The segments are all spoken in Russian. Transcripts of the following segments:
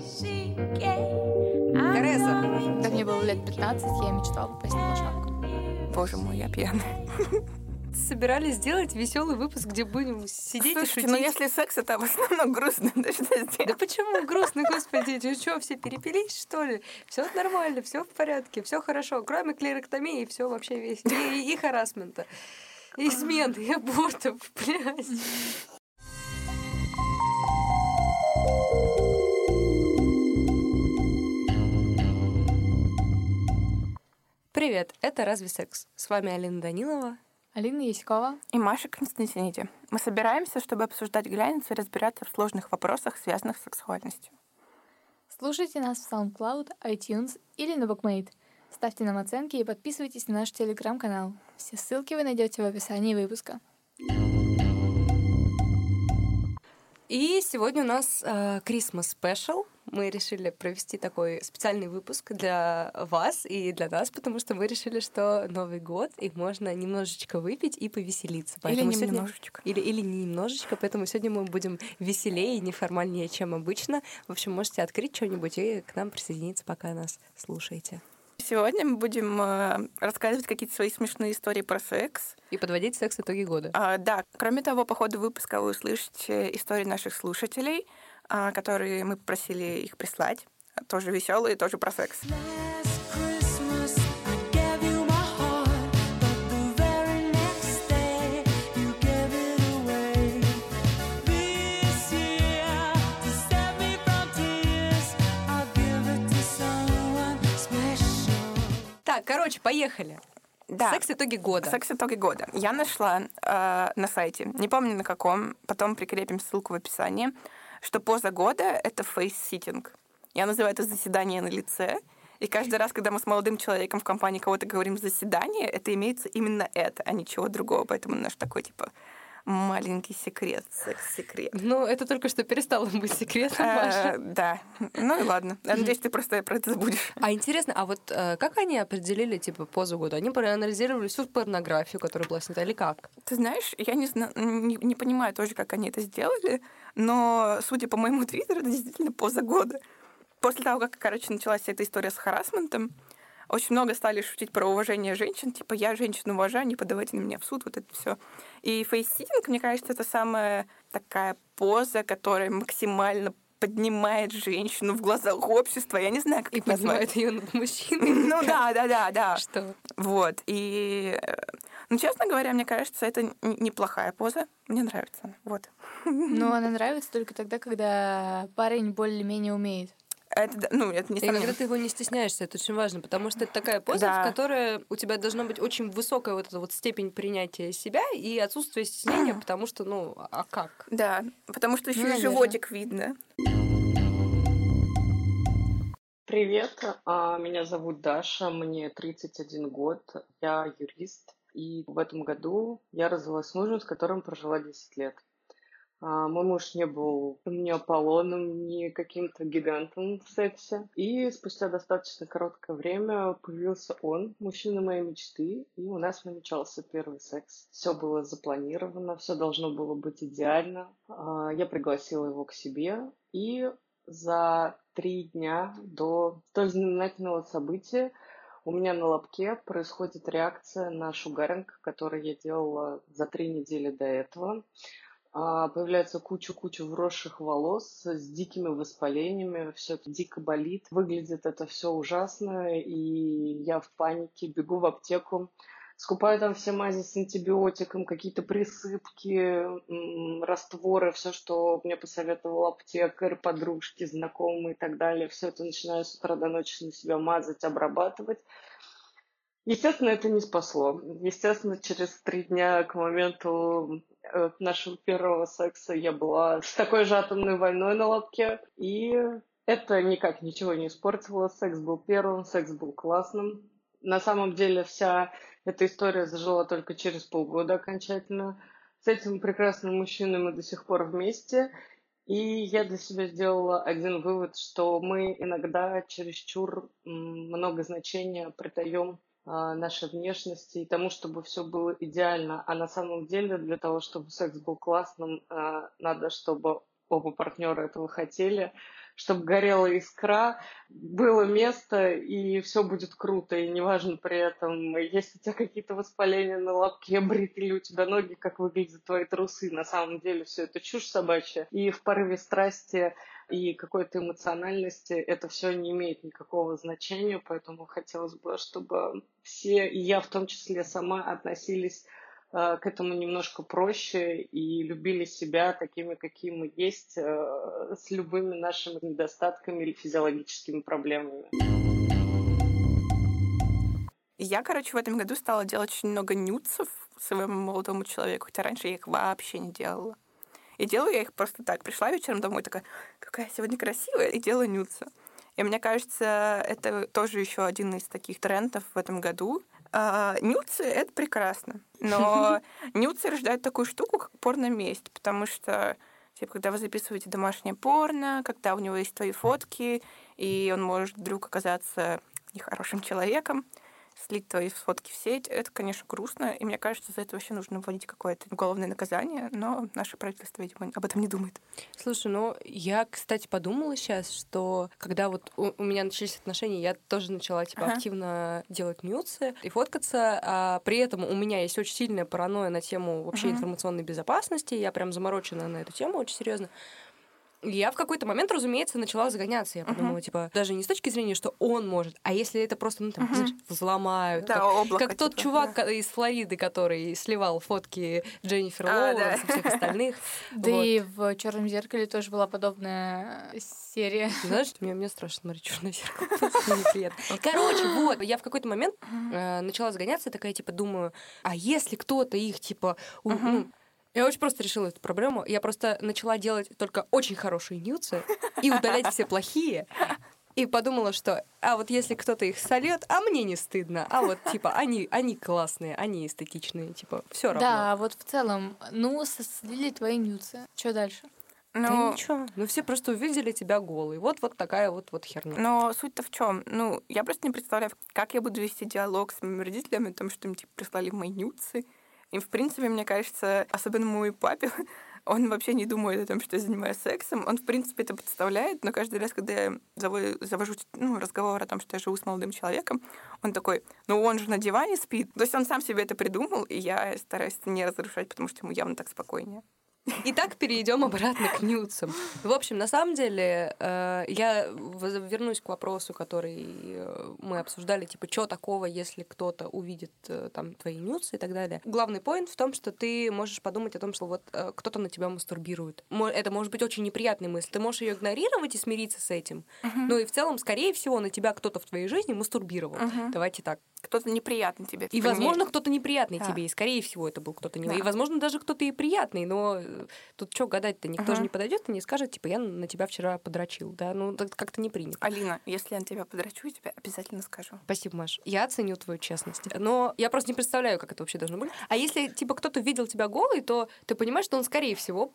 Тереза. Когда мне было лет 15, я мечтала попасть на лошадку. Боже мой, я пьяная. Собирались сделать веселый выпуск, где будем сидеть Слушайте, и шутить. ну если секс, это в основном грустно, да что Да сделать? почему грустно, господи? Ты что, все перепились, что ли? Все нормально, все в порядке, все хорошо, кроме клеректомии, все вообще весь. И харассмента. И измен, и абортов, блядь. Привет, это «Разве секс?». С вами Алина Данилова. Алина Яськова. И Маша Константиниди. Мы собираемся, чтобы обсуждать глянец и разбираться в сложных вопросах, связанных с сексуальностью. Слушайте нас в SoundCloud, iTunes или на Bookmate. Ставьте нам оценки и подписывайтесь на наш телеграм-канал. Все ссылки вы найдете в описании выпуска. И сегодня у нас Christmas Special. Мы решили провести такой специальный выпуск для вас и для нас, потому что мы решили, что Новый год, и можно немножечко выпить и повеселиться. Поэтому Или сегодня... немножечко. Или не немножечко, поэтому сегодня мы будем веселее и неформальнее, чем обычно. В общем, можете открыть что-нибудь и к нам присоединиться, пока нас слушаете. Сегодня мы будем рассказывать какие-то свои смешные истории про секс. И подводить секс итоги года. Да, кроме того, по ходу выпуска вы услышите истории наших слушателей, которые мы попросили их прислать. Тоже веселые, тоже про секс. Так, короче, поехали. Да. Секс итоги года. Секс итоги года. Я нашла на сайте, не помню на каком, потом прикрепим ссылку в описании, что поза года — это фейс-ситинг. Я называю это заседание на лице. И каждый раз, когда мы с молодым человеком в компании кого-то говорим «заседание», это имеется именно это, а ничего другого. Поэтому наш такой, маленький секрет, секс-секрет. Ну, это только что перестало быть секретом, Маша. Да. Ну и ладно. Я надеюсь, ты просто про это забудешь. А интересно, а вот как они определили, позу года? Они проанализировали всю порнографию, которая была снята, или как? Ты знаешь, я не понимаю тоже, как они это сделали, но, судя по моему твиттеру, это действительно поза года. После того, как, началась вся эта история с харассментом, очень много стали шутить про уважение женщин, я женщину уважаю, не подавайте на меня в суд, вот это все. И фейс-ситинг, мне кажется, это самая такая поза, которая максимально поднимает женщину в глазах общества. Я не знаю, как это назвать. И поднимает ее над мужчиной. Ну да. Что? Вот. И, честно говоря, мне кажется, это неплохая поза. Мне нравится она. Вот. Но она нравится только тогда, когда парень более-менее умеет. Это не И когда ты его не стесняешься, это очень важно, потому что это такая поза, в которой у тебя должна быть очень высокая вот эта вот степень принятия себя и отсутствие стеснения, потому что, а как? Да, потому что еще и животик видно. Привет, меня зовут Даша, мне 31 год, я юрист, и в этом году я развелась с мужем, с которым прожила 10 лет. Мой муж не был ни Аполлоном, ни каким-то гигантом в сексе. И спустя достаточно короткое время появился он, мужчина моей мечты, и у нас намечался первый секс. Все было запланировано, все должно было быть идеально. Я пригласила его к себе, и за 3 дня до столь знаменательного события у меня на лобке происходит реакция на шугаринг, который я делала за 3 недели до этого. Появляется куча вросших волос с дикими воспалениями, все это дико болит. Выглядит это все ужасно, и я в панике бегу в аптеку, скупаю там все мази с антибиотиком, какие-то присыпки, растворы, все, что мне посоветовал аптекарь, подружки, знакомые и так далее. Все это начинаю с утра до ночи на себя мазать, обрабатывать. Естественно, это не спасло. Естественно, через 3 дня к моменту нашего первого секса я была с такой же атомной войной на лобке. И это никак ничего не испортило. Секс был первым, секс был классным. На самом деле вся эта история зажила только через полгода окончательно. С этим прекрасным мужчиной мы до сих пор вместе. И я для себя сделала один вывод, что мы иногда чересчур много значения придаем нашей внешности и тому, чтобы все было идеально. А на самом деле для того, чтобы секс был классным, надо, чтобы оба партнера этого хотели, чтобы горела искра, было место, и все будет круто. И неважно при этом, есть у тебя какие-то воспаления на лапке, брит, или у тебя ноги, как выглядят твои трусы. На самом деле все это чушь собачья. И в порыве страсти и какой-то эмоциональности это все не имеет никакого значения. Поэтому хотелось бы, чтобы все, и я в том числе сама, относились к этому немножко проще и любили себя такими, какие мы есть, с любыми нашими недостатками или физиологическими проблемами. Я, в этом году стала делать очень много нюдсов своему молодому человеку, хотя раньше я их вообще не делала. И делаю я их просто так. Пришла вечером домой, такая, какая сегодня красивая, и делаю нюдсы. И мне кажется, это тоже еще один из таких трендов в этом году. Нюдсы — это прекрасно. Но нюдсы рождают такую штуку, как порно-месть, потому что когда вы записываете домашнее порно, когда у него есть твои фотки, и он может вдруг оказаться нехорошим человеком, слить твои фотки в сеть, это, конечно, грустно, и мне кажется, за это вообще нужно вводить какое-то уголовное наказание, но наше правительство, видимо, об этом не думает. Слушай, я, кстати, подумала сейчас, что когда вот у меня начались отношения, я тоже начала активно делать нюдсы и фоткаться, а при этом у меня есть очень сильная паранойя на тему вообще информационной безопасности, я прям заморочена на эту тему очень серьезно. Я в какой-то момент, разумеется, начала загоняться. Я подумала, даже не с точки зрения, что он может, а если это просто, взломают. Да, как тот чувак из Флориды, который сливал фотки Дженнифер Лоуренс и всех остальных. Да и в «Черном зеркале» тоже была подобная серия. Знаешь, мне страшно смотреть «Черное зеркало», мне неприятно. Короче, я в какой-то момент начала загоняться, такая, думаю, а если кто-то их, я очень просто решила эту проблему. Я просто начала делать только очень хорошие нюдсы и удалять все плохие. И подумала, что вот если кто-то их сольет, а мне не стыдно. А вот они классные, они эстетичные, все равно. Да, вот в целом, слили твои нюдсы. Что дальше? Да ничего. Все просто увидели тебя голой. Вот такая вот херня. Но суть-то в чем? Я просто не представляю, как я буду вести диалог с моими родителями о том, что им прислали мои нюдсы. И, в принципе, мне кажется, особенно мой папе, он вообще не думает о том, что я занимаюсь сексом. Он, в принципе, это представляет, но каждый раз, когда я завожу разговор о том, что я живу с молодым человеком, он такой, он же на диване спит. То есть он сам себе это придумал, и я стараюсь это не разрушать, потому что ему явно так спокойнее. Итак, перейдем обратно к нюдсам. В общем, на самом деле, я вернусь к вопросу, который мы обсуждали, что такого, если кто-то увидит там твои нюдсы и так далее. Главный поинт в том, что ты можешь подумать о том, что кто-то на тебя мастурбирует. Это может быть очень неприятная мысль. Ты можешь ее игнорировать и смириться с этим. Но и в целом, скорее всего, на тебя кто-то в твоей жизни мастурбировал. Давайте так. Кто-то неприятный тебе. И, возможно, кто-то неприятный тебе, и, скорее всего, это был кто-то неприятный. И, возможно, даже кто-то и приятный, но тут что гадать-то? Никто же не подойдет и не скажет, я на тебя вчера подрочил, да? Это как-то не принято. Алина, если я на тебя подрочу, я тебе обязательно скажу. Спасибо, Маш. Я оценю твою честность. Но я просто не представляю, как это вообще должно быть. А если, кто-то видел тебя голой, то ты понимаешь, что он, скорее всего,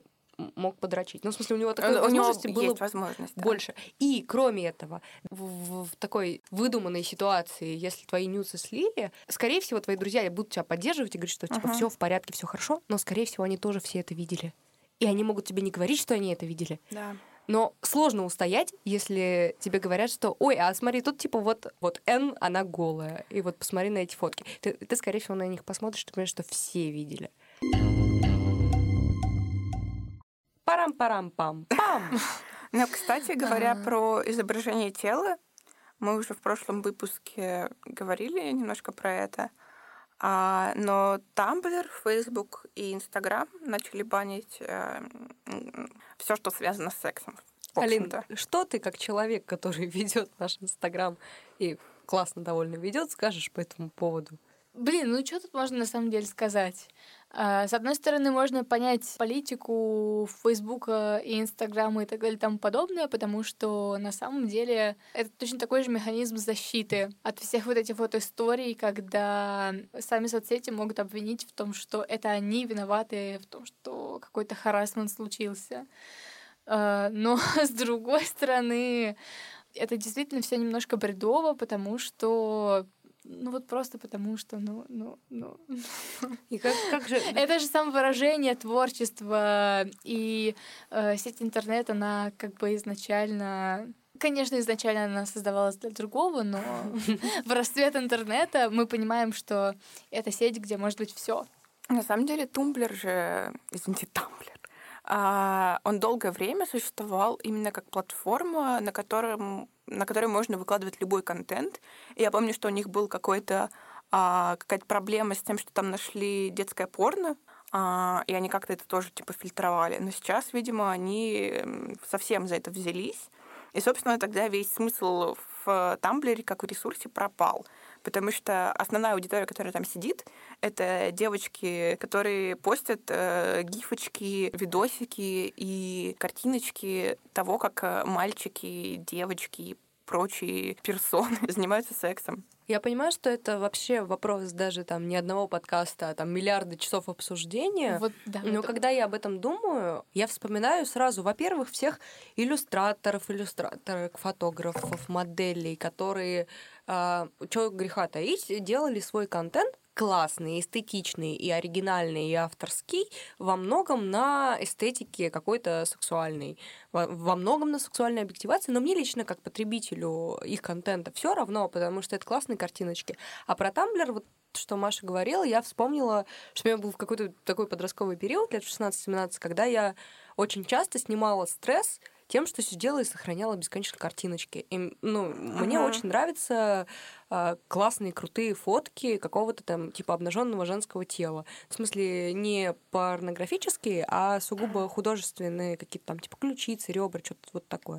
мог подрочить. В смысле, у него такой возможности было больше. И, кроме этого, в такой выдуманной ситуации, если твои нюдсы слили, скорее всего, твои друзья будут тебя поддерживать и говорить, что все в порядке, все хорошо, но, скорее всего, они тоже все это видели. И они могут тебе не говорить, что они это видели. Да. Но сложно устоять, если тебе говорят, что ой, а смотри, тут вот Н, она голая. И посмотри на эти фотки. Ты, скорее всего, на них посмотришь, ты понимаешь, что все видели. Парам-парам-пам-пам. Но, кстати говоря, про изображение тела, мы уже в прошлом выпуске говорили немножко про это, но Tumblr, Facebook и Instagram начали банить все, что связано с сексом. Алин, что ты, как человек, который ведет наш Инстаграм и классно довольно ведет, скажешь по этому поводу? Что тут можно на самом деле сказать? С одной стороны, можно понять политику Фейсбука и Инстаграма и так далее и тому подобное, потому что на самом деле это точно такой же механизм защиты от всех этих историй, когда сами соцсети могут обвинить в том, что это они виноваты в том, что какой-то харассмент случился. Но с другой стороны, это действительно все немножко бредово, потому что Ну вот просто потому что, И как же... Это же самовыражение, творчество, и сеть интернет, она как бы изначально... Конечно, изначально она создавалась для другого, но в расцвет интернета мы понимаем, что это сеть, где может быть все. На самом деле, Тумблер же... Извините, Тамблер. Он долгое время существовал именно как платформа, на которой можно выкладывать любой контент. И я помню, что у них был какая-то проблема с тем, что там нашли детское порно, и они как-то это тоже типа фильтровали. Но сейчас, видимо, они совсем за это взялись. И, собственно, тогда весь смысл в Тамблере как в ресурсе пропал. Потому что основная аудитория, которая там сидит, это девочки, которые постят гифочки, видосики и картиночки того, как мальчики, девочки и прочие персоны занимаются сексом. Я понимаю, что это вообще вопрос даже там не одного подкаста, а там миллиарды часов обсуждения. Вот, да, но когда я об этом думаю, я вспоминаю сразу, во-первых, всех иллюстраторов, фотографов, моделей, которые, чего греха таить, делали свой контент классный, эстетичный и оригинальный, и авторский, во многом на эстетике какой-то сексуальной, во многом на сексуальной объективации, но мне лично, как потребителю их контента, все равно, потому что это классные картиночки. А про Тамблер, вот что Маша говорила, я вспомнила, что у меня был в какой-то такой подростковый период, лет 16-17, когда я очень часто снимала стресс тем, что сидела и сохраняла бесконечно картиночки. И, мне очень нравятся классные, крутые фотки какого-то там типа обнаженного женского тела. В смысле, не порнографические, а сугубо художественные, какие-то там типа ключицы, ребра, что-то вот такое.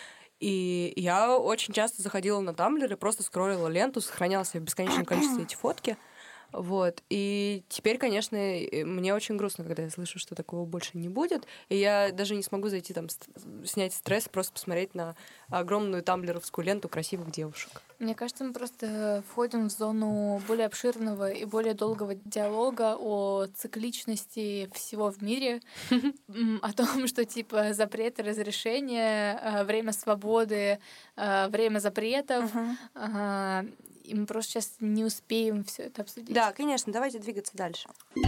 И я очень часто заходила на Тамблер и просто скроллила ленту, сохраняла себе в бесконечном количестве эти фотки. Вот. И теперь, конечно, мне очень грустно, когда я слышу, что такого больше не будет. И я даже не смогу зайти там снять стресс, просто посмотреть на огромную тамблеровскую ленту красивых девушек. Мне кажется, мы просто входим в зону более обширного и более долгого диалога о цикличности всего в мире, о том, что типа запреты, разрешения, время свободы, время запретов. И мы просто сейчас не успеем все это обсудить. Да, конечно, давайте двигаться дальше.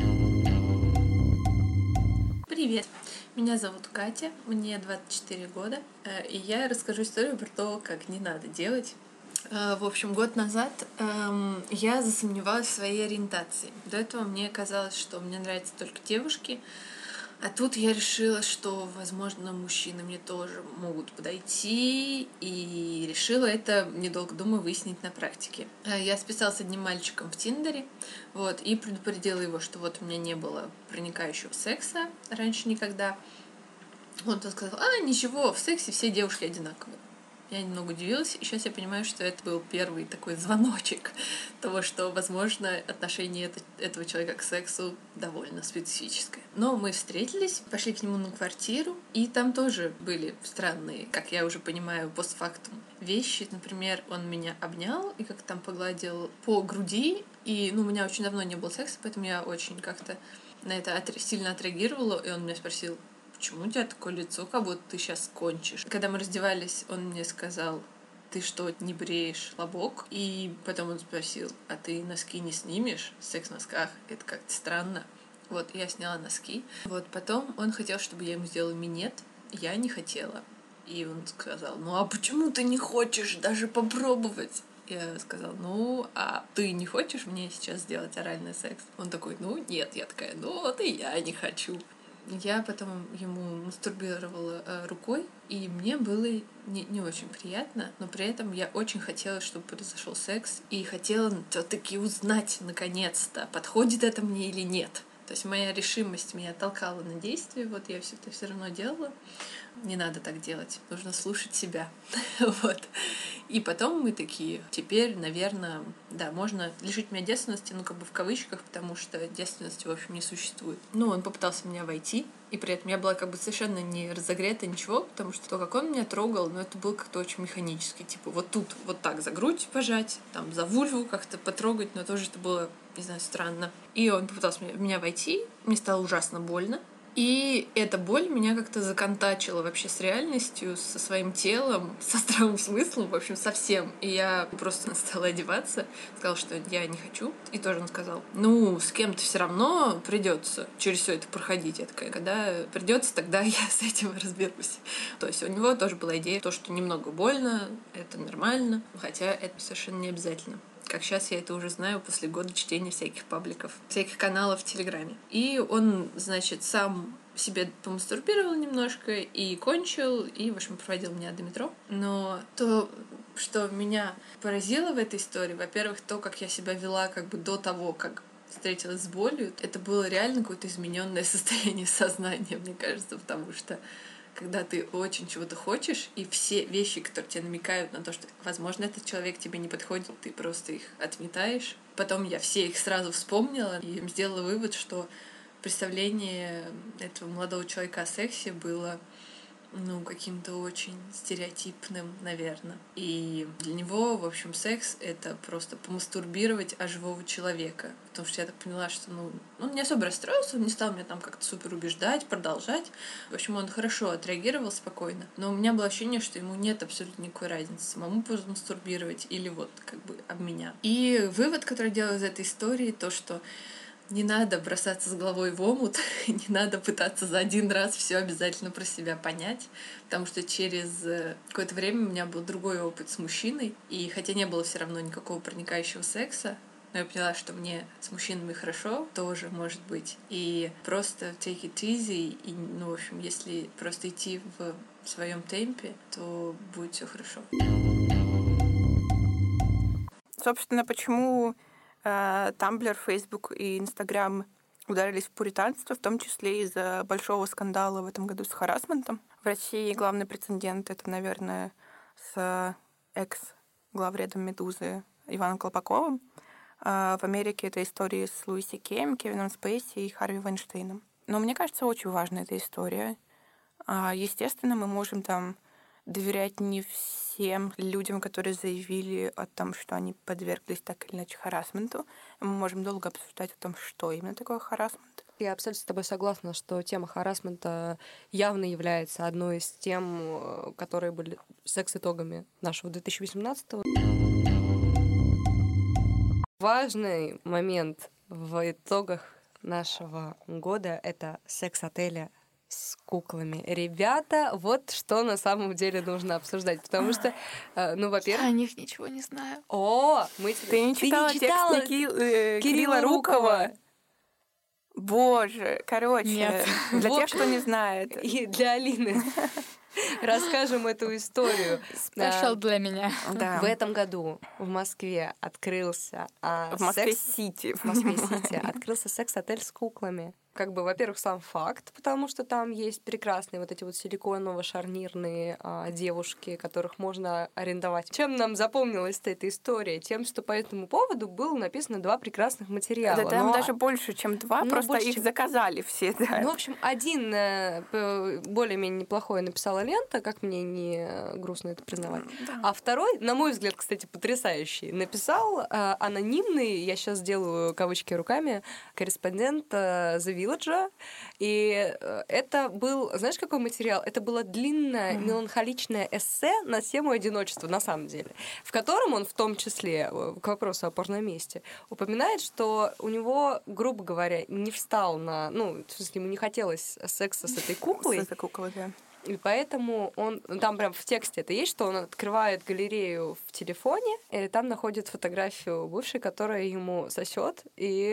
Привет, меня зовут Катя, мне 24 года, и я расскажу историю про то, как не надо делать. В общем, год назад я засомневалась в своей ориентации. До этого мне казалось, что мне нравятся только девушки, а тут я решила, что, возможно, мужчины мне тоже могут подойти, и решила это, недолго думая, выяснить на практике. Я списалась с одним мальчиком в Тиндере, и предупредила его, что вот у меня не было проникающего секса раньше никогда. Он сказал: ничего, в сексе все девушки одинаковые. Я немного удивилась, и сейчас я понимаю, что это был первый такой звоночек того, что, возможно, отношение этого человека к сексу довольно специфическое. Но мы встретились, пошли к нему на квартиру, и там тоже были странные, как я уже понимаю, постфактум вещи. Например, он меня обнял и как-то там погладил по груди, и, у меня очень давно не было секса, поэтому я очень как-то на это сильно отреагировала, и он меня спросил: почему у тебя такое лицо, как будто ты сейчас кончишь? Когда мы раздевались, он мне сказал: ты что, не бреешь лобок? И потом он спросил: а ты носки не снимешь? Секс в носках — это как-то странно. Я сняла носки. Потом он хотел, чтобы я ему сделала минет. Я не хотела. И он сказал: а почему ты не хочешь даже попробовать? Я сказала: а ты не хочешь мне сейчас сделать оральный секс? Он такой: нет. Я такая: вот и я не хочу. Я потом ему мастурбировала рукой, и мне было не очень приятно, но при этом я очень хотела, чтобы произошел секс, и хотела все-таки узнать наконец-то, подходит это мне или нет. То есть моя решимость меня толкала на действие, я все равно делала. Не надо так делать, нужно слушать себя. И потом мы такие: теперь, наверное, да, можно лишить меня девственности, в кавычках, потому что девственности, в общем, не существует. Он попытался меня войти, и при этом я была совершенно не разогрета, ничего, потому что то, как он меня трогал, это было как-то очень механически. Типа тут вот так за грудь пожать, там за вульву как-то потрогать, но тоже это было, не знаю, странно. И он попытался в меня войти, мне стало ужасно больно. И эта боль меня как-то законтачила вообще с реальностью, со своим телом, со здравым смыслом, в общем, со всем. И я просто стала одеваться, сказала, что я не хочу. И тоже он сказал, ну, с кем-то все равно придется через все это проходить. Я такая, когда придется, тогда я с этим разберусь. То есть у него тоже была идея, то, что немного больно, это нормально, хотя это совершенно не обязательно. Как сейчас я это уже знаю после года чтения всяких пабликов, всяких каналов в Телеграме. И он, значит, сам себе помастурбировал немножко и кончил, и, в общем, проводил меня до метро. Но то, что меня поразило в этой истории, во-первых, то, как я себя вела как бы до того, как встретилась с болью, это было реально какое-то измененное состояние сознания, мне кажется, потому что когда ты очень чего-то хочешь, и все вещи, которые тебе намекают на то, что, возможно, этот человек тебе не подходит, ты просто их отметаешь. Потом я все их сразу вспомнила и сделала вывод, что представление этого молодого человека о сексе было каким-то очень стереотипным, наверное. И для него, в общем, секс — это просто помастурбировать о живого человека. Потому что я так поняла, что, он не особо расстроился, он не стал меня там как-то супер убеждать, продолжать. В общем, он хорошо отреагировал, спокойно. Но у меня было ощущение, что ему нет абсолютно никакой разницы, самому помастурбировать или вот как бы об меня. И вывод, который я делаю из этой истории, то, что не надо бросаться с головой в омут, не надо пытаться за один раз все обязательно про себя понять, потому что через какое-то время у меня был другой опыт с мужчиной, и хотя не было все равно никакого проникающего секса, но я поняла, что мне с мужчинами хорошо, тоже может быть. И просто take it easy, и, в общем, если просто идти в своем темпе, то будет все хорошо. Собственно, почему Tumblr, Facebook и Instagram ударились в пуританство, в том числе из-за большого скандала в этом году с харассментом. В России главный прецедент — это, наверное, с экс-главредом «Медузы» Иваном Колпаковым. В Америке это истории с Луиси Кеем, Кевином Спейси и Харви Вайнштейном. Но мне кажется, очень важна эта история. Естественно, мы можем там доверять не всем людям, которые заявили о том, что они подверглись так или иначе харассменту. Мы можем долго обсуждать о том, что именно такое харассмент. Я абсолютно с тобой согласна, что тема харассмента явно является одной из тем, которые были секс-итогами нашего 2018-го. Важный момент в итогах нашего года — это секс-отели с куклами. Ребята, вот что на самом деле нужно обсуждать, потому что, во-первых... Я о них ничего не знаю. Ты не читала текст Кирилла Рукова? Боже, короче, Нет. Для тех, кто не знает. И для Алины расскажем эту историю. Спешл для меня. Да. В этом году в Москве открылся... В Москве-Сити. В Москве-Сити открылся секс-отель с куклами. Как бы, во-первых, сам факт, потому что там есть прекрасные вот эти вот силиконово-шарнирные девушки, которых можно арендовать. Чем нам запомнилась эта история? Тем, что по этому поводу было написано 2 прекрасных материала. Да, там даже больше, чем 2, просто их заказали все. Да. В общем, один более-менее неплохой написала Лента, как мне не грустно это признавать. Да. А второй, на мой взгляд, кстати, потрясающий, написал анонимный, я сейчас делаю кавычки руками, корреспондент The Village. И это был, знаешь, какой материал? Это было длинное, меланхоличное эссе на тему одиночества, на самом деле, в котором он в том числе, к вопросу о порноместе, упоминает, что у него, грубо говоря, не встал на... в смысле, ему не хотелось секса с этой куклой. С этой куклой, да. И поэтому он, там прям в тексте это есть, что он открывает галерею в телефоне, и там находит фотографию бывшей, которая ему сосет,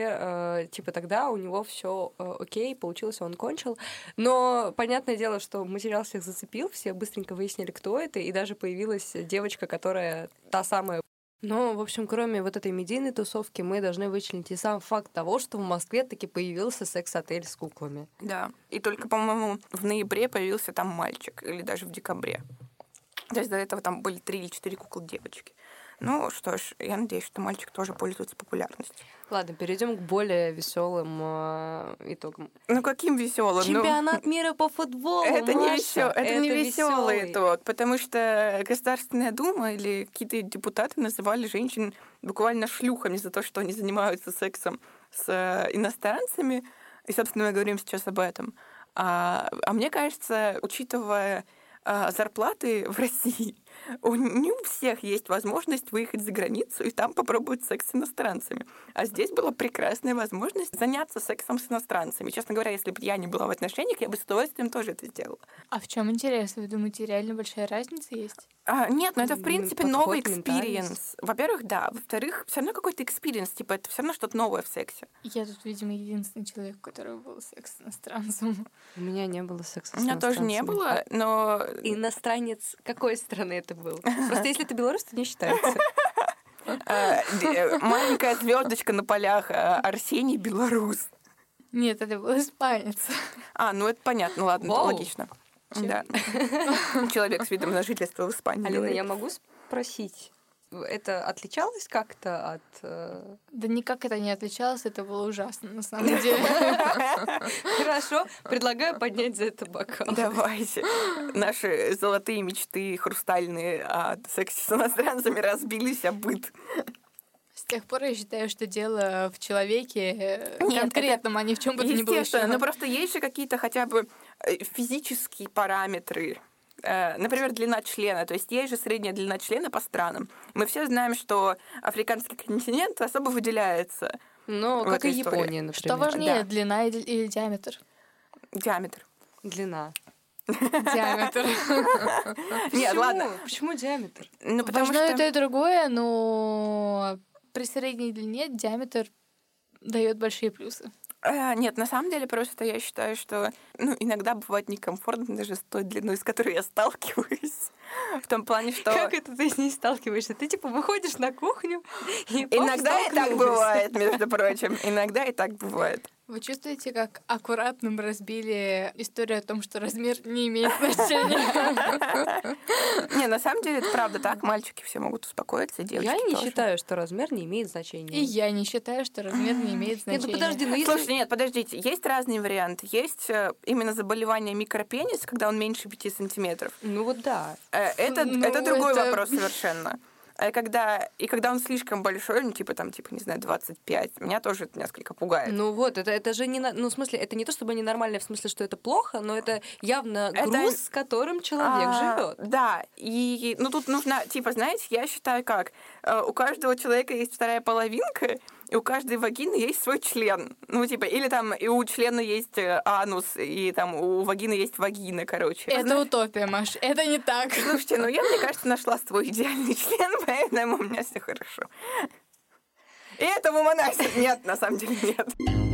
и тогда у него все окей, получилось, он кончил. Но понятное дело, что материал всех зацепил, все быстренько выяснили, кто это, и даже появилась девочка, которая та самая. Но, в общем, кроме вот этой медийной тусовки, мы должны вычленить и сам факт того, что в Москве таки появился секс-отель с куклами. Да. И только, по-моему, в ноябре появился там мальчик, или даже в декабре. То есть до этого там были 3 или 4 кукол-девочки. Ну что ж, я надеюсь, что мальчик тоже пользуется популярностью. Ладно, перейдем к более веселым итогам. Каким веселым? Чемпионат мира по футболу. Это Маша, не веселый итог, потому что Государственная Дума или какие-то депутаты называли женщин буквально шлюхами за то, что они занимаются сексом с иностранцами. И, собственно, мы говорим сейчас об этом. А мне кажется, учитывая зарплаты в России, не у всех есть возможность выехать за границу и там попробовать секс с иностранцами. А здесь была прекрасная возможность заняться сексом с иностранцами. Честно говоря, если бы я не была в отношениях, я бы с удовольствием тоже это сделала. А в чем интерес? Вы думаете, реально большая разница есть? Нет, но это, в принципе, новый Подход, экспириенс. Во-первых, да. Во-вторых, все равно какой-то экспириенс. Типа, это все равно что-то новое в сексе. Я тут, видимо, единственный человек, у которого был секс с иностранцем. У меня не было секса с У меня тоже не было, но... Иностранец какой страны это был? Просто если ты белорус, то не считается. Маленькая звездочка на полях. Арсений белорус. Нет, это был испанец. Ну это понятно, ладно, Вау. логично. Да. Человек с видом на жительство в Испании. Алина, говорит. я могу спросить, это отличалось как-то от... Да никак это не отличалось, это было ужасно, на самом деле. Хорошо, предлагаю поднять за это бокал. Давайте. Наши золотые мечты хрустальные о сексе с иностранцами разбились о быт. С тех пор я считаю, что дело в человеке Нет, конкретном, а не в чем бы то ни было еще. Естественно, но просто есть же какие-то хотя бы физические параметры. Например, длина члена. То есть есть же средняя длина члена по странам. Мы все знаем, что африканский континент особо выделяется. Ну, в как и этой истории. Япония, например. Что важнее, Да. длина или диаметр? Диаметр. Длина. Диаметр. Нет, Почему? ладно. Почему диаметр? Ну, потому Важно что... и то, и другое, но при средней длине диаметр дает большие плюсы. Нет, на самом деле просто я считаю, что иногда бывает некомфортно даже с той длиной, с которой я сталкиваюсь. В том плане, что... Как это ты с ней сталкиваешься? Ты типа выходишь на кухню и Иногда и так столкнулась. бывает, между прочим. Иногда и так бывает. Вы чувствуете, как аккуратно мы разбили историю о том, что размер не имеет значения? Не, на самом деле это правда так. Мальчики все могут успокоиться, девочки Я не тоже. считаю, что размер не имеет значения. И я не считаю, что размер не имеет Нет, значения. ну подожди, ну если... Слушайте, нет, подождите. Есть разные варианты. Есть именно заболевание микропенис, когда он меньше 5 сантиметров. Ну вот да. Это Ну, другой это- вопрос совершенно. Когда он слишком большой, не знаю, 25, меня тоже это несколько пугает. Ну вот, это же не... Ну, в смысле, это не то, чтобы ненормально, в смысле, что это плохо, но это явно Это- груз, с которым человек живет. Да, и тут нужно, знаете, я считаю как, у каждого человека есть вторая половинка, и у каждой вагины есть свой член. Или там и у члена есть анус, и там у вагины есть вагина, короче. Это утопия, Маш, это не так. Слушайте, я, мне кажется, нашла свой идеальный член, поэтому у меня все хорошо. И этому монахи нет, на самом деле нет.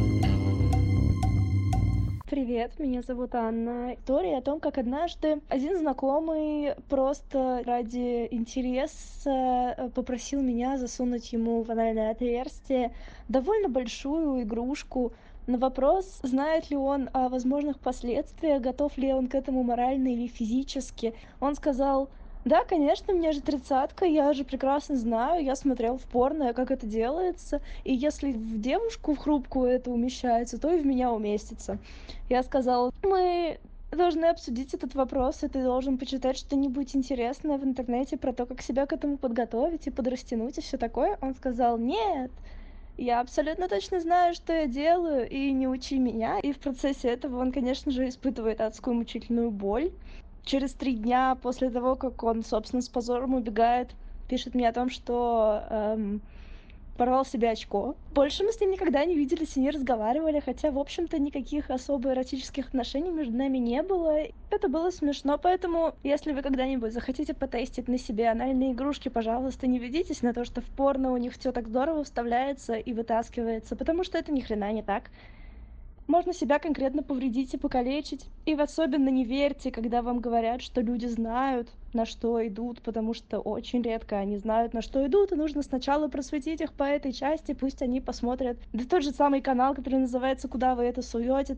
Привет, меня зовут Анна. История о том, как однажды один знакомый просто ради интереса попросил меня засунуть ему в анальное отверстие довольно большую игрушку. На вопрос, знает ли он о возможных последствиях, готов ли он к этому морально или физически, он сказал: да, конечно, мне же 30-ка, я же прекрасно знаю, я смотрел в порно, как это делается, и если в девушку, в хрупкую это умещается, то и в меня уместится. Я сказала: мы должны обсудить этот вопрос, и ты должен почитать что-нибудь интересное в интернете про то, как себя к этому подготовить и подрастянуть и все такое. Он сказал: нет, я абсолютно точно знаю, что я делаю, и не учи меня. И в процессе этого он, конечно же, испытывает адскую мучительную боль. Через 3 дня после того, как он, собственно, с позором убегает, пишет мне о том, что порвал себе очко. Больше мы с ним никогда не виделись и не разговаривали, хотя, в общем-то, никаких особо эротических отношений между нами не было. Это было смешно, поэтому, если вы когда-нибудь захотите потестить на себе анальные игрушки, пожалуйста, не ведитесь на то, что в порно у них все так здорово вставляется и вытаскивается, потому что это ни хрена не так. Можно себя конкретно повредить и покалечить. И особенно не верьте, когда вам говорят, что люди знают, на что идут, потому что очень редко они знают, на что идут, и нужно сначала просветить их по этой части, пусть они посмотрят. Да тот же самый канал, который называется «Куда вы это суете?».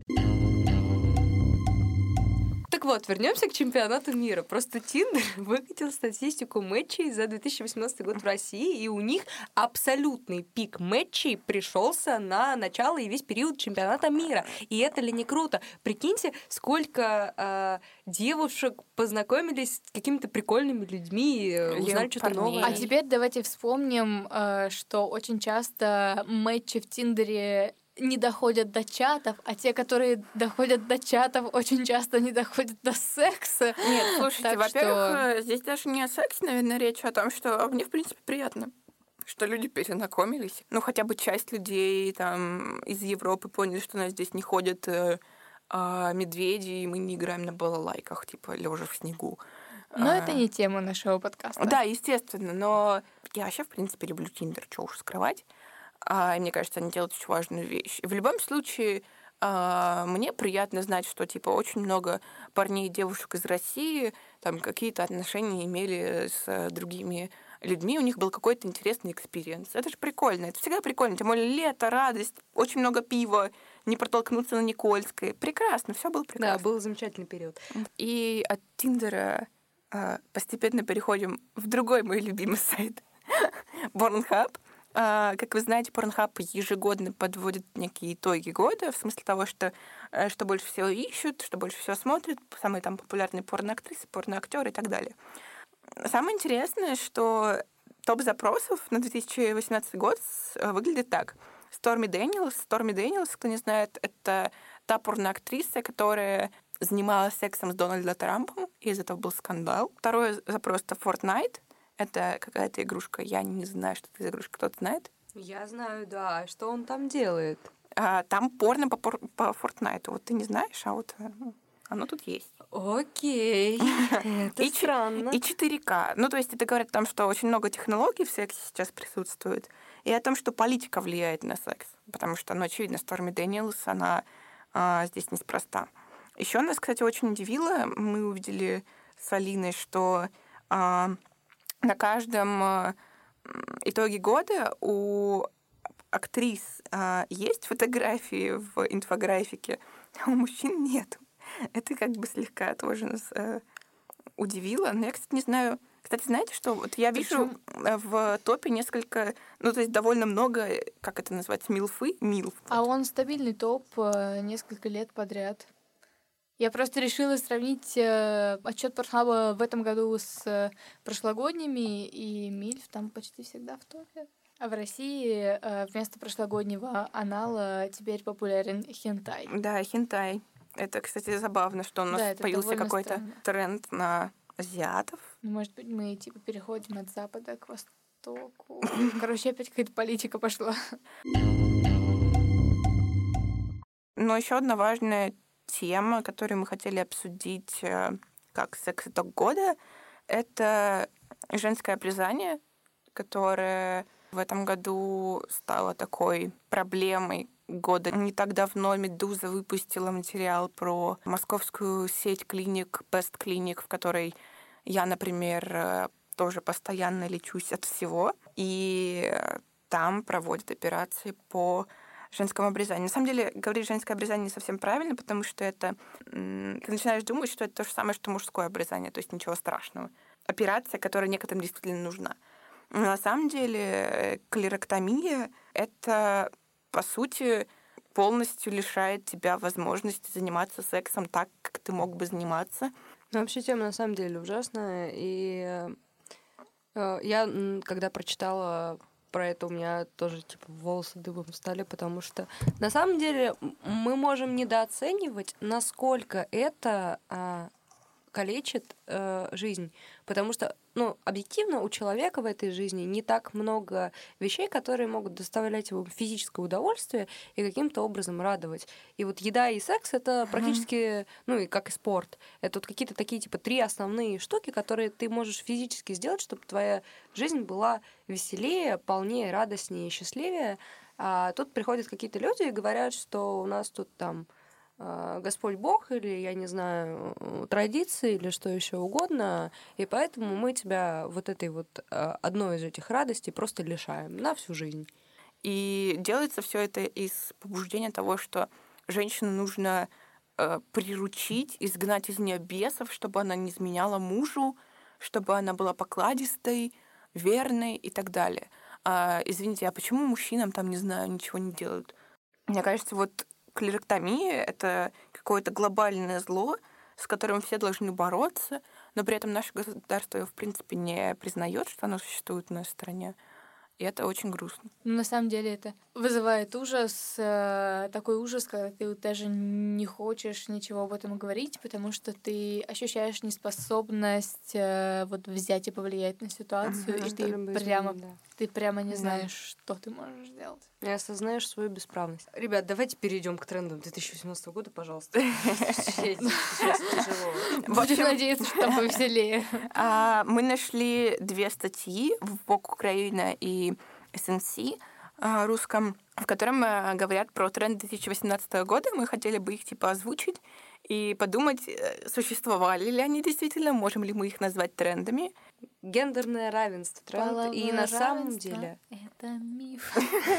Так вот, вернемся к чемпионату мира. Просто Тиндер выкатил статистику матчей за 2018 год в России, и у них абсолютный пик матчей пришелся на начало и весь период чемпионата мира. И это ли не круто? Прикиньте, сколько девушек познакомились с какими-то прикольными людьми, узнали что-то новое. А теперь давайте вспомним, что очень часто матчи в Тиндере не доходят до чатов, а те, которые доходят до чатов, очень часто не доходят до секса. Нет, слушайте, Так во-первых, здесь даже не о сексе, наверное, речь, а о том, что мне, в принципе, приятно, что люди перезнакомились. Ну, хотя бы часть людей там из Европы поняли, что у нас здесь не ходят медведи, и мы не играем на балалайках, типа, лежа в снегу. Но это не тема нашего подкаста. Да, естественно, но я вообще, в принципе, люблю Тиндер, что уж скрывать. И мне кажется, они делают очень важную вещь. В любом случае, мне приятно знать, что типа очень много парней и девушек из России там какие-то отношения имели с другими людьми, у них был какой-то интересный экспириенс. Это же прикольно, это всегда прикольно. Тем более лето, радость, очень много пива, не протолкнуться на Никольской. Прекрасно, все было прекрасно. Да, был замечательный период. И от Тиндера постепенно переходим в другой мой любимый сайт, Pornhub. Как вы знаете, Pornhub ежегодно подводит некие итоги года, в смысле того, что больше всего ищут, что больше всего смотрят, самые там популярные порноактрисы, порноактеры и так далее. Самое интересное, что топ запросов на 2018 год выглядит так. Сторми Дэниелс, кто не знает, это та порноактриса, которая занималась сексом с Дональдом Трампом, и из этого был скандал. Второй запрос — это Fortnite. Это какая-то игрушка. Я не знаю, что это за игрушка. Кто-то знает? Я знаю, да. Что он там делает? Там порно по Fortnite. Вот ты не знаешь, а вот оно тут есть. Окей. Это странно. И 4К. Ну, то есть это говорит о том, что очень много технологий в сексе сейчас присутствует, и о том, что политика влияет на секс. Потому что, ну, очевидно, Сторми Дэниелс, она здесь неспроста. Еще нас, кстати, очень удивило. Мы увидели с Алиной, что на каждом итоге года у актрис есть фотографии в инфографике, а у мужчин нет. Это как бы слегка тоже нас удивило. Но я, кстати, не знаю. Кстати, знаете, что вот я вижу в топе несколько, ну, то есть довольно много, как это называется, милф. А он стабильный топ несколько лет подряд. Я просто решила сравнить отчет Порнхаба в этом году с прошлогодними, и Мильф там почти всегда в топе. А в России вместо прошлогоднего анала теперь популярен хентай. Да, хентай. Это, кстати, забавно, что у нас появился какой-то тренд на азиатов. Может быть, мы типа переходим от запада к востоку. Короче, опять какая-то политика пошла. Но еще одна важная тема, которую мы хотели обсудить как секс-итог года, это женское обрезание, которое в этом году стало такой проблемой года. Не так давно «Медуза» выпустила материал про московскую сеть клиник Best Clinic, в которой я, например, тоже постоянно лечусь от всего. И там проводят операции по женскому обрезанию. На самом деле, говорить женское обрезание не совсем правильно, потому что это... Ты начинаешь думать, что это то же самое, что мужское обрезание, то есть ничего страшного. Операция, которая некоторым действительно нужна. Но на самом деле клироктомия — это, по сути, полностью лишает тебя возможности заниматься сексом так, как ты мог бы заниматься. Ну, вообще тема на самом деле ужасная. И я, когда прочитала про это, у меня тоже типа волосы дыбом встали, потому что на самом деле мы можем недооценивать, насколько это калечит жизнь. Потому что, ну, объективно у человека в этой жизни не так много вещей, которые могут доставлять ему физическое удовольствие и каким-то образом радовать. И вот еда и секс — это практически, ну, и как и спорт. Это вот какие-то такие, типа, 3 основные штуки, которые ты можешь физически сделать, чтобы твоя жизнь была веселее, полнее, радостнее, счастливее. А тут приходят какие-то люди и говорят, что у нас тут там Господь Бог или, я не знаю, традиции или что еще угодно, и поэтому мы тебя вот этой вот одной из этих радостей просто лишаем на всю жизнь. И делается все это из побуждения того, что женщину нужно приручить, изгнать из нее бесов, чтобы она не изменяла мужу, чтобы она была покладистой, верной и так далее. Извините, а почему мужчинам там, не знаю, ничего не делают? Мне кажется, вот клироктомия — это какое-то глобальное зло, с которым все должны бороться, но при этом наше государство его, в принципе, не признает, что оно существует в нашей стране. И это очень грустно. Ну, на самом деле это вызывает ужас, такой ужас, когда ты вот даже не хочешь ничего об этом говорить, потому что ты ощущаешь неспособность вот взять и повлиять на ситуацию, и ты прямо не знаешь, что ты можешь сделать. И осознаешь свою бесправность. Ребят, давайте перейдем к трендам 2018 года, пожалуйста. Сейчас тяжело. Будем надеяться, что там повеселее. Мы нашли 2 статьи в Vogue Украина и SNC русском, в котором говорят про тренд 2018 года. Мы хотели бы их озвучить и подумать, существовали ли они действительно, можем ли мы их назвать трендами. Гендерное равенство, тренд. И на самом деле... Это миф.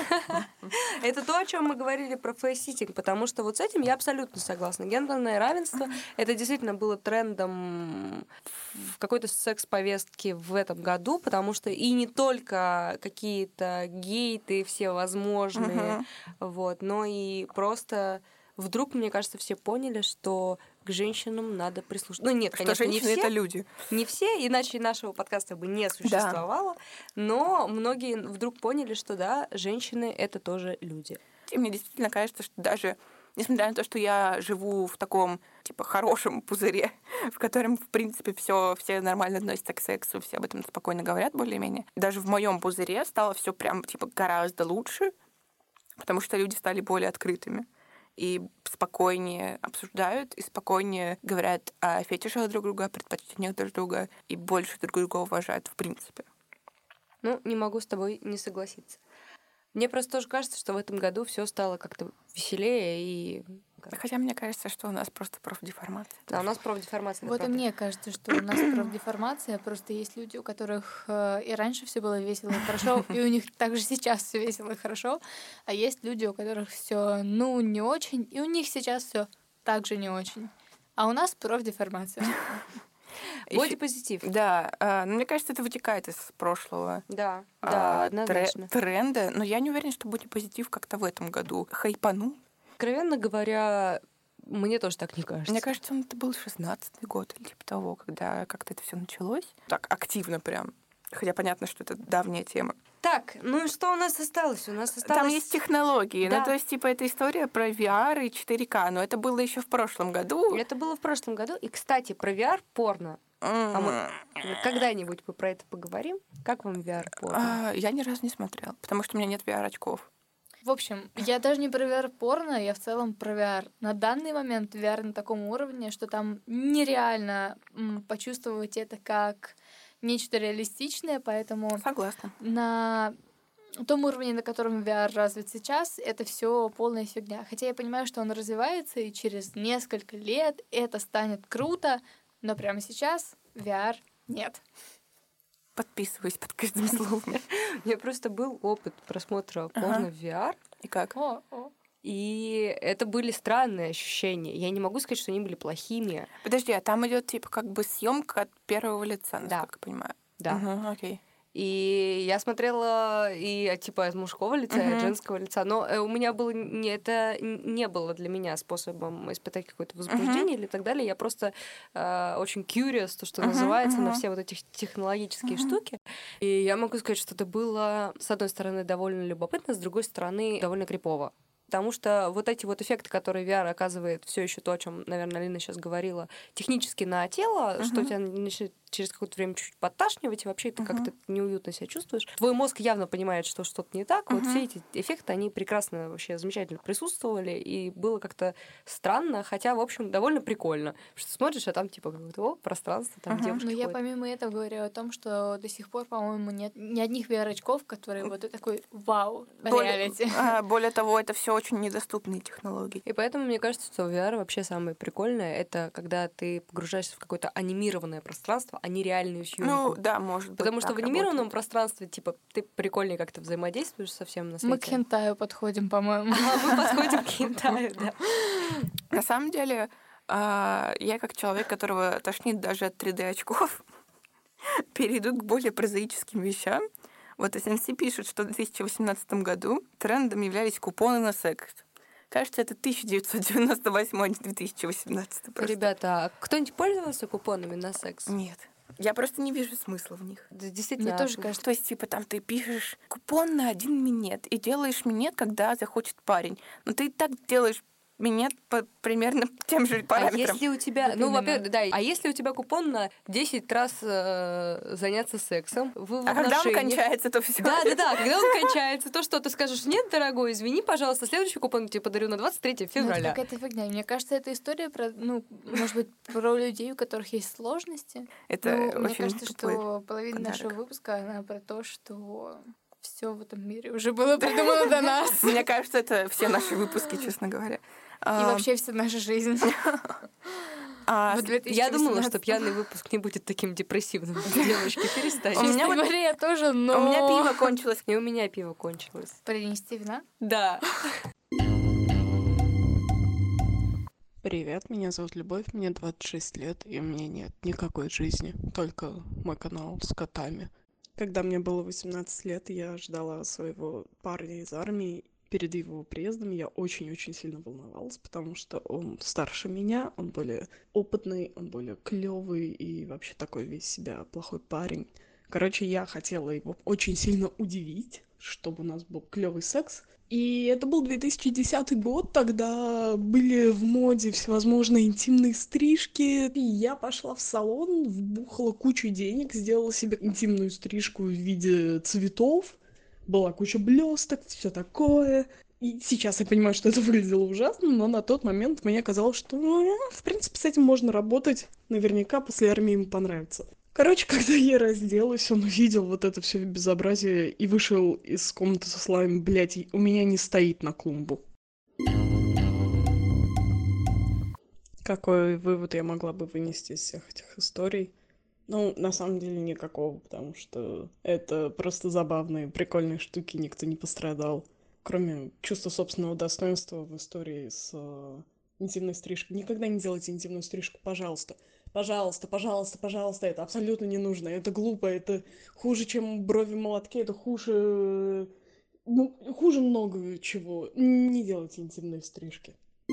Это то, о чем мы говорили про фейс-ситинг, потому что вот с этим я абсолютно согласна. Гендерное равенство — это действительно было трендом в какой-то секс-повестке в этом году, потому что и не только какие-то гейты все возможные, вот, но и просто вдруг, мне кажется, все поняли, что к женщинам надо прислушаться. Ну нет, конечно, что женщины — это люди. Не все, иначе нашего подкаста бы не существовало. Да. Но многие вдруг поняли, что да, женщины — это тоже люди. И мне действительно кажется, что даже несмотря на то, что я живу в таком хорошем пузыре, в котором, в принципе, все нормально относятся к сексу, все об этом спокойно говорят более-менее, даже в моем пузыре стало все прям гораздо лучше, потому что люди стали более открытыми. И спокойнее обсуждают, и спокойнее говорят о фетишах друг друга, о предпочтениях друг друга, и больше друг друга уважают в принципе. Ну, не могу с тобой не согласиться. Мне просто тоже кажется, что в этом году все стало как-то веселее и... Хотя мне кажется, что у нас просто профдеформация. Да, у нас профдеформация. Вот и мне кажется, что у нас профдеформация, просто есть люди, у которых и раньше все было весело и хорошо, и у них также сейчас все весело и хорошо, а есть люди, у которых все не очень, и у них сейчас все также не очень. А у нас профдеформация. Бодипозитив. Да, но мне кажется, это вытекает из прошлого однозначно. Тренда, но я не уверена, что бодипозитив как-то в этом году хайпанул. Откровенно говоря, мне тоже так не кажется. Мне кажется, это был 16-й год или типа того, когда как-то это все началось. Так активно прям. Хотя понятно, что это давняя тема. Так, ну и что у нас осталось? У нас осталось... Там есть технологии. Да. Ну, то есть, это история про VR и 4К, но это было еще в прошлом году. Это было в прошлом году. И, кстати, про VR-порно. А мы когда-нибудь мы про это поговорим? Как вам VR-порно? Я ни разу не смотрела, потому что у меня нет VR-очков. В общем, я даже не про VR-порно, я в целом про VR. На данный момент VR на таком уровне, что там нереально почувствовать это как нечто реалистичное, поэтому... Согласна. На том уровне, на котором VR развит сейчас, это все полная фигня. Хотя я понимаю, что он развивается, и через несколько лет это станет круто, но прямо сейчас VR нет. Подписываюсь под каждым словом. У меня просто был опыт просмотра порно в VR. И как? И это были странные ощущения. Я не могу сказать, что они были плохими. Подожди, а там идет съемка от первого лица, насколько я понимаю. Да. Окей. И я смотрела и от мужского лица, и от женского лица. Но у меня было это не было для меня способом испытать какое-то возбуждение или так далее. Я просто очень curious, то, что называется, на все вот эти технологические штуки. И я могу сказать, что это было, с одной стороны, довольно любопытно, с другой стороны, довольно крипово. Потому что вот эти вот эффекты, которые VR оказывает, все еще то, о чем, наверное, Алина сейчас говорила, технически на тело, что тебя начнет через какое-то время чуть-чуть подташнивать, и вообще ты как-то неуютно себя чувствуешь. Твой мозг явно понимает, что что-то не так. Вот все эти эффекты, они прекрасно, вообще замечательно присутствовали, и было как-то странно, хотя, в общем, довольно прикольно. Потому что смотришь, а там какое-то пространство, там девушки Но я ходят. помимо этого говорю о том, что до сих пор, по-моему, нет ни одних VR-очков, которые вот такой вау, реалити. Более того, это все очень недоступные технологии. И поэтому мне кажется, что VR вообще самое прикольное, это когда ты погружаешься в какое-то анимированное пространство, а не реальную съемку. Ну, да, может быть. Потому что в анимированном пространстве, ты прикольнее как-то взаимодействуешь со всем на свете. Мы к хентаю подходим, по-моему. Мы подходим к хентаю, да. На самом деле, я как человек, которого тошнит даже от 3D-очков, перейду к более прозаическим вещам. Вот SNC пишет, что в 2018 году трендом являлись купоны на секс. Кажется, это 1998, а не 2018. Просто. Ребята, а кто-нибудь пользовался купонами на секс? Нет. Я просто не вижу смысла в них. Да, действительно. Мне тоже кажется. То есть, типа, там ты пишешь купон на 1 минет и делаешь минет, когда захочет парень. Но ты и так делаешь минет по примерно тем же А параметрам. если у тебя, Вот ну, именно. во-первых, да, а если у тебя купон на 10 раз заняться сексом, вы в А когда он отношениях- кончается, то все. Да, когда он кончается, то что ты скажешь: нет, дорогой, извини, пожалуйста, следующий купон я тебе подарю на 23 Ну, это февраля. какая-то фигня. Мне кажется, это история про, может быть, про людей, у которых есть сложности. Это Мне очень кажется, тупой что половина подарок. нашего выпуска, она про то, что все в этом мире уже было придумано до нас. Мне кажется, это все наши выпуски, честно говоря. И вообще вся наша жизнь. В 2018. Я думала, что пьяный выпуск не будет таким депрессивным. Девочки, перестаньте. У меня Честно вот- говоря, я тоже, но... У меня пиво кончилось. И у меня пиво кончилось. Принести вина? Да. Привет, меня зовут Любовь, мне 26 лет, и у меня нет никакой жизни, только мой канал с котами. Когда мне было 18 лет, я ждала своего парня из армии. Перед его приездом я очень-очень сильно волновалась, потому что он старше меня, он более опытный, он более клёвый и вообще такой весь себя плохой парень. Короче, я хотела его очень сильно удивить, чтобы у нас был клёвый секс. И это был 2010 год, тогда были в моде всевозможные интимные стрижки. И я пошла в салон, вбухала кучу денег, сделала себе интимную стрижку в виде цветов. Была куча блесток, все такое. И сейчас я понимаю, что это выглядело ужасно, но на тот момент мне казалось, что, в принципе, с этим можно работать. Наверняка после армии ему понравится. Короче, когда я разделась, он увидел вот это все безобразие и вышел из комнаты со словами: блять, у меня не стоит на клумбу. Какой вывод я могла бы вынести из всех этих историй? Ну, на самом деле никакого, потому что это просто забавные, прикольные штуки, никто не пострадал. Кроме чувства собственного достоинства в истории с интимной стрижкой. Никогда не делайте интимную стрижку, пожалуйста. Пожалуйста, пожалуйста, пожалуйста, это абсолютно не нужно, это глупо, это хуже, чем брови в молотке, это хуже... Ну, хуже много чего. Не делайте интимные стрижки.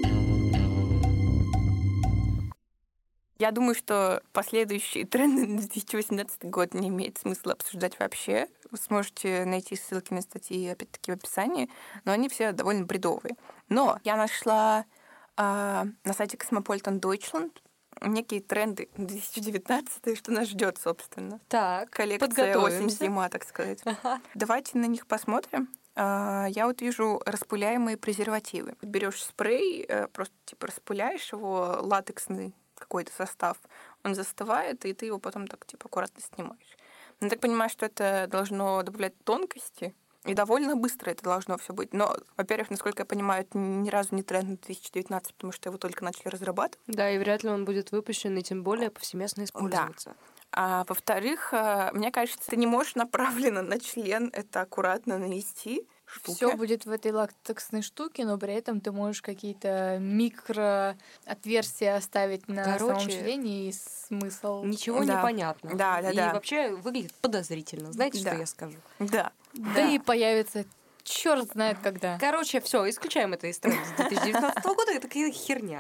Я думаю, что последующие тренды на 2018 год не имеет смысла обсуждать вообще. Вы сможете найти ссылки на статьи, опять-таки, в описании, но они все довольно бредовые. Но я нашла на сайте Cosmopolitan Deutschland некие тренды на 2019, что нас ждет, собственно. Так, Коллекция подготовимся. осень-зима, так сказать. Ага. Давайте на них посмотрим. Я вот вижу распыляемые презервативы. Берешь спрей, просто типа распыляешь его, латексный какой-то состав, он застывает, и ты его потом так типа аккуратно снимаешь. Я так понимаю, что это должно добавлять тонкости, и довольно быстро это должно все быть. Но, во-первых, насколько я понимаю, это ни разу не тренд на 2019, потому что его только начали разрабатывать. Да, и вряд ли он будет выпущен, и тем более повсеместно использоваться. А во-вторых, мне кажется, ты не можешь направленно на член это аккуратно нанести. Все будет в этой латексной штуке, но при этом ты можешь какие-то микроотверстия оставить на самом члене, и смысл... Ничего не понятно. Да. И вообще выглядит подозрительно. Знаете, что я скажу? Да. Да и появится черт знает когда. Короче, все, исключаем это из тренда 2019 года, это такая херня.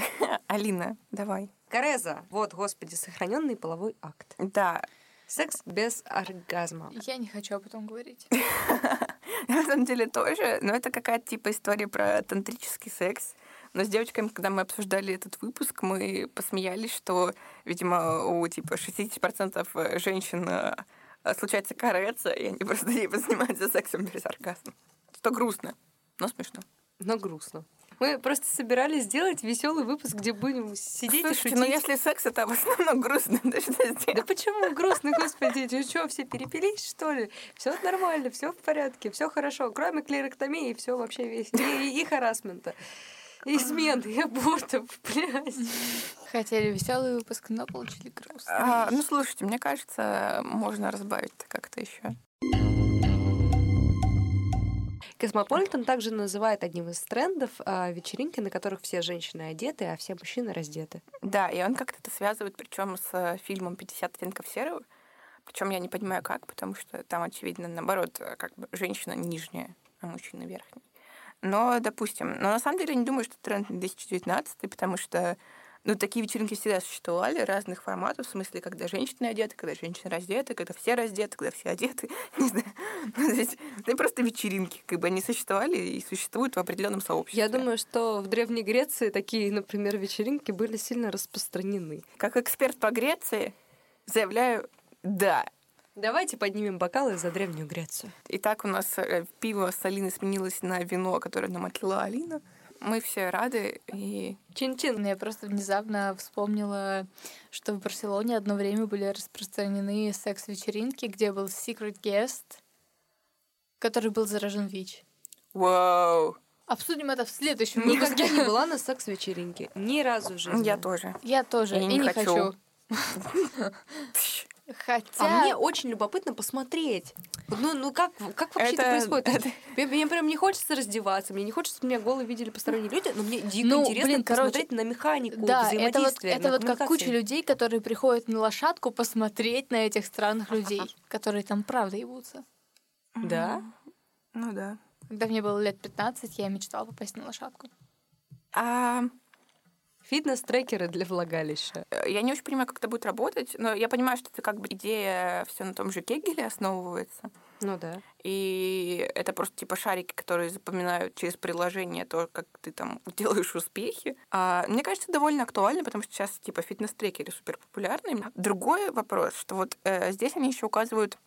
Алина, давай. Кареза. Вот, господи, сохраненный половой акт. Да. Секс без оргазма. Я не хочу об этом говорить. На самом деле тоже, но это какая-то типа история про тантрический секс. Но с девочками, когда мы обсуждали этот выпуск, мы посмеялись, что, видимо, у типа 60% женщин случается кареца, и они просто типа занимаются сексом без оргазма. Что грустно, но смешно. Но грустно. Мы просто собирались сделать веселый выпуск, где будем сидеть и Слушайте, шутить. ну если секс, это в основном грустно, да что Да сделать? почему грустно, господи? Ты что, все перепились, что ли? Все нормально, все в порядке, все хорошо. Кроме клероктомии, все вообще весь. И харассмента. И измен, и абортов, блядь. Хотели веселый выпуск, но получили грустный. Ну, слушайте, мне кажется, можно разбавить как-то еще. Космополитен также называет одним из трендов вечеринки, на которых все женщины одеты, а все мужчины раздеты. Да, и он как-то это связывает, причем с фильмом «50 оттенков серого». Причем я не понимаю, как, потому что там, очевидно, наоборот, как бы женщина нижняя, а мужчина верхний. Но, допустим, но на самом деле я не думаю, что тренд 2019, потому что Ну, такие вечеринки всегда существовали, разных форматов, в смысле, когда женщины одеты, когда женщины раздеты, когда все раздеты, когда все одеты. Не знаю. Ну, то есть, это просто вечеринки, как бы они существовали и существуют в определенном сообществе. Я думаю, что в Древней Греции такие, например, вечеринки были сильно распространены. Как эксперт по Греции заявляю «да». Давайте поднимем бокалы за Древнюю Грецию. Итак, у нас пиво с Алины сменилось на вино, которое нам отлила Алина. Мы все рады и... Чин-чин. Я просто внезапно вспомнила, что в Барселоне одно время были распространены секс-вечеринки, где был secret guest, который был заражен ВИЧ. Вау! Обсудим это в следующем выпуске. Никогда не была на секс-вечеринке. Ни разу в жизни. Я тоже. Я тоже. Я И не не хочу. хочу. Хотя... А мне очень любопытно посмотреть. Ну как вообще это происходит? Мне прям не хочется раздеваться, мне не хочется, чтобы меня голые видели посторонние люди, но мне дико интересно посмотреть на механику взаимодействия. Это вот как куча людей, которые приходят на лошадку посмотреть на этих странных людей, которые там правда ебутся. Да? Ну да. Когда мне было лет 15, я мечтала попасть на лошадку. Фитнес-трекеры для влагалища. Я не очень понимаю, как это будет работать, но я понимаю, что это как бы идея все на том же Кегеле основывается. Ну да. И это просто типа шарики, которые запоминают через приложение то, как ты там делаешь успехи. Мне кажется, довольно актуально, потому что сейчас типа фитнес-трекеры супер популярны. Другой вопрос, что вот здесь они еще указывают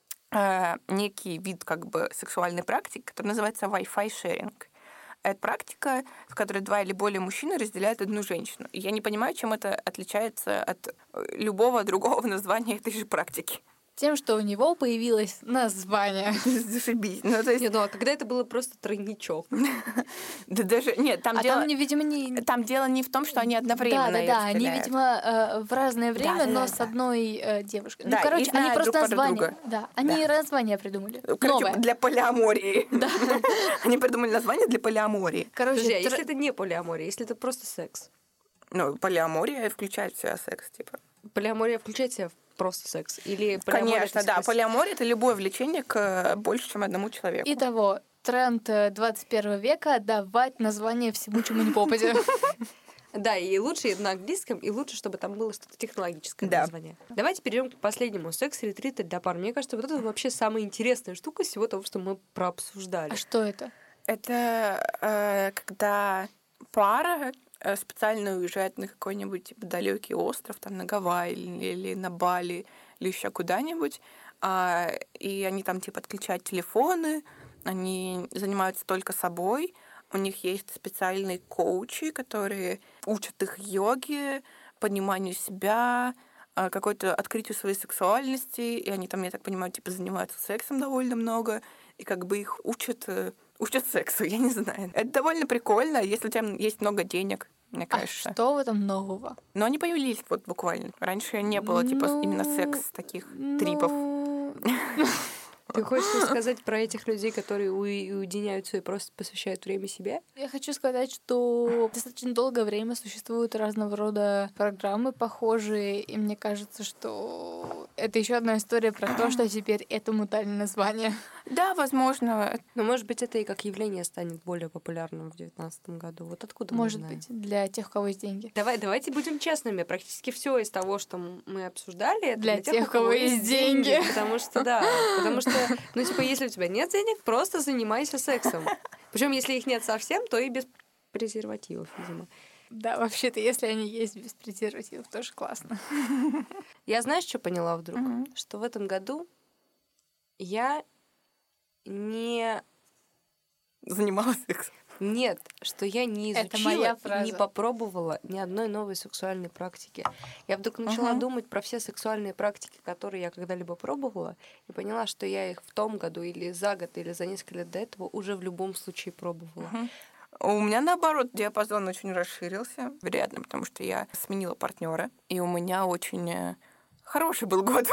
некий вид как бы сексуальной практики, который называется Wi-Fi sharing. Это практика, в которой 2 или более мужчины разделяют одну женщину. И я не понимаю, чем это отличается от любого другого названия этой же практики. Тем, что у него появилось название. Зашибись. Ну, то есть... Нет, ну а когда это было просто тройничок? Да даже... Нет, там дело... там, видимо, не... Там дело не в том, что они одновременно Да, они, видимо, в разное время, но с одной девушкой. Ну, короче, они просто название... Да, они название придумали. Короче, для полиамории. Да. Они придумали название для полиамории. Подожди, а если это не полиамория, если это просто секс? Ну, полиамория включает в себя секс, типа. Полиамория включает в себя просто секс? Или конечно, да. Полиамория — это любое влечение к больше, чем одному человеку. Итого, тренд 21 века — давать название всему, чему не попадя. Да, и лучше на английском, и лучше, чтобы там было что-то технологическое название. Давайте перейдем к последнему. Секс-ретриты для пар. Мне кажется, вот это вообще самая интересная штука из всего того, что мы прообсуждали. А что это? Это когда пара специально уезжает на какой-нибудь типа далекий остров, там на Гавайи или на Бали, или еще куда-нибудь, и они там типа отключают телефоны, они занимаются только собой, у них есть специальные коучи, которые учат их йоге, пониманию себя, какой-то открытию своей сексуальности, и они там, я так понимаю, типа занимаются сексом довольно много, и как бы их учат сексу, я не знаю. Это довольно прикольно, если у тебя есть много денег, мне кажется. А что в этом нового? Но они появились вот буквально. Раньше не было типа именно секс таких трипов. Ты хочешь сказать про этих людей, которые уединяются и просто посвящают время себе? Я хочу сказать, что достаточно долгое время существуют разного рода программы похожие, и мне кажется, что это еще одна история про то, что теперь этому дали название. Да, возможно. Но, может быть, это и как явление станет более популярным в 2019 году. Вот откуда может мы знаем? быть, для тех, у кого есть деньги. Давайте будем честными. Практически все из того, что мы обсуждали, это для тех, у кого есть деньги. Потому что, ну, типа, если у тебя нет денег, просто занимайся сексом. Причем, если их нет совсем, то и без презервативов, видимо. Да, вообще-то, если они есть без презервативов, тоже классно. Я, знаешь, что поняла вдруг? Что в этом году я не занималась сексом. Нет, что я не изучила и не попробовала ни одной новой сексуальной практики. Я вдруг начала думать про все сексуальные практики, которые я когда-либо пробовала, и поняла, что я их в том году или за год, или за несколько лет до этого уже в любом случае пробовала. У меня, наоборот, диапазон очень расширился, вероятно, потому что я сменила партнера, и у меня очень хороший был год.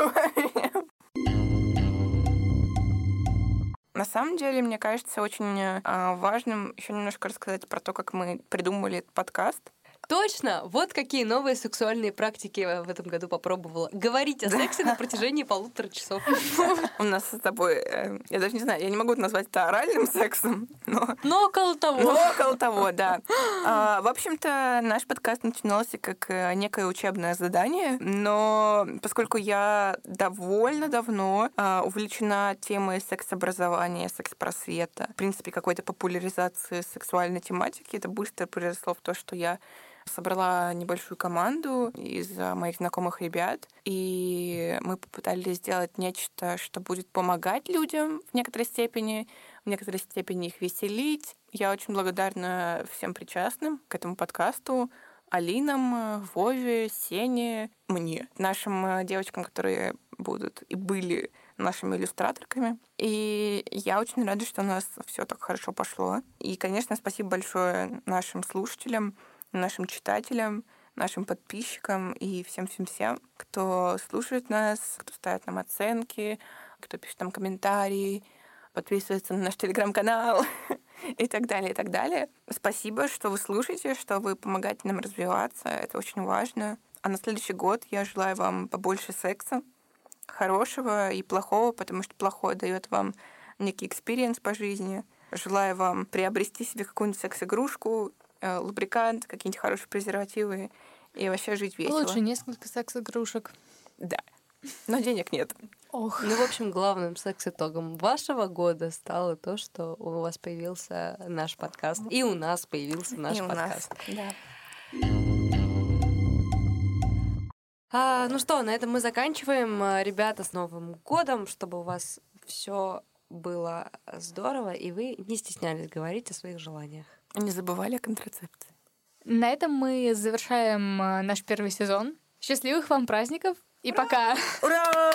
На самом деле, мне кажется, очень важным еще немножко рассказать про то, как мы придумали этот подкаст. Точно! Вот какие новые сексуальные практики в этом году попробовала. Говорить о сексе на протяжении 1,5 часов. У нас с тобой, я даже не знаю, я не могу назвать это оральным сексом, Но около того. но около того, да. В общем-то, наш подкаст начинался как некое учебное задание, но поскольку я довольно давно увлечена темой секс-образования, секс-просвета, в принципе, какой-то популяризации сексуальной тематики, это быстро переросло в то, что я собрала небольшую команду из моих знакомых ребят, и мы попытались сделать нечто, что будет помогать людям в некоторой степени их веселить. Я очень благодарна всем причастным к этому подкасту, Алинам, Вове, Сене, мне, нашим девочкам, которые будут и были нашими иллюстраторками. И я очень рада, что у нас все так хорошо пошло. И, конечно, спасибо большое нашим слушателям, нашим читателям, нашим подписчикам и всем-всем-всем, кто слушает нас, кто ставит нам оценки, кто пишет нам комментарии, подписывается на наш телеграм-канал и так далее, и так далее. Спасибо, что вы слушаете, что вы помогаете нам развиваться. Это очень важно. А на следующий год я желаю вам побольше секса, хорошего и плохого, потому что плохое дает вам некий экспириенс по жизни. Желаю вам приобрести себе какую-нибудь секс-игрушку, лубрикант, какие-нибудь хорошие презервативы и вообще жить весело. Лучше несколько секс-игрушек. Да. Но денег нет. Ох. Ну, в общем, главным секс-итогом вашего года стало то, что у вас появился наш подкаст. И у нас появился наш И у подкаст. нас, да. Ну что, на этом мы заканчиваем. Ребята, с Новым годом, чтобы у вас все было здорово, и вы не стеснялись говорить о своих желаниях. Не забывали о контрацепции. На этом мы завершаем наш первый сезон. Счастливых вам праздников и пока! Ура!